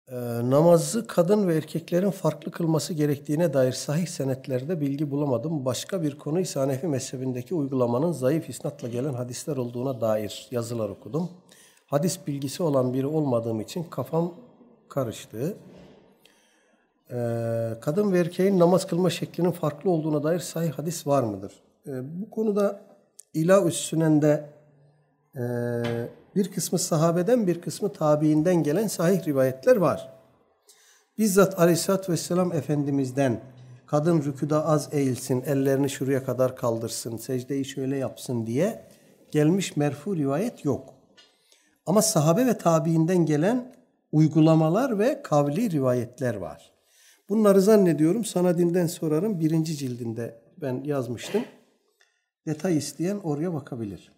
Namazı kadın ve erkeklerin farklı kılması gerektiğine dair sahih senetlerde bilgi bulamadım. Başka bir konu ise Hanefi mezhebindeki uygulamanın zayıf isnatla gelen hadisler olduğuna dair yazılar okudum. Hadis bilgisi olan biri olmadığım için kafam karıştı. Kadın ve erkeğin namaz kılma şeklinin farklı olduğuna dair sahih hadis var mıdır? Bu konuda İlâ-ü Sünen'de bir kısmı sahabeden bir kısmı tabiinden gelen sahih rivayetler var. Bizzat Aleyhisselatü Vesselam Efendimiz'den kadın rüküda az eğilsin, ellerini şuraya kadar kaldırsın, secdeyi şöyle yapsın diye gelmiş merfu rivayet yok. Ama sahabe ve tabiinden gelen uygulamalar ve kavli rivayetler var. Bunları zannediyorum Sana Dinden Sorar'ın 1. cildinde ben yazmıştım. Detay isteyen oraya bakabilir.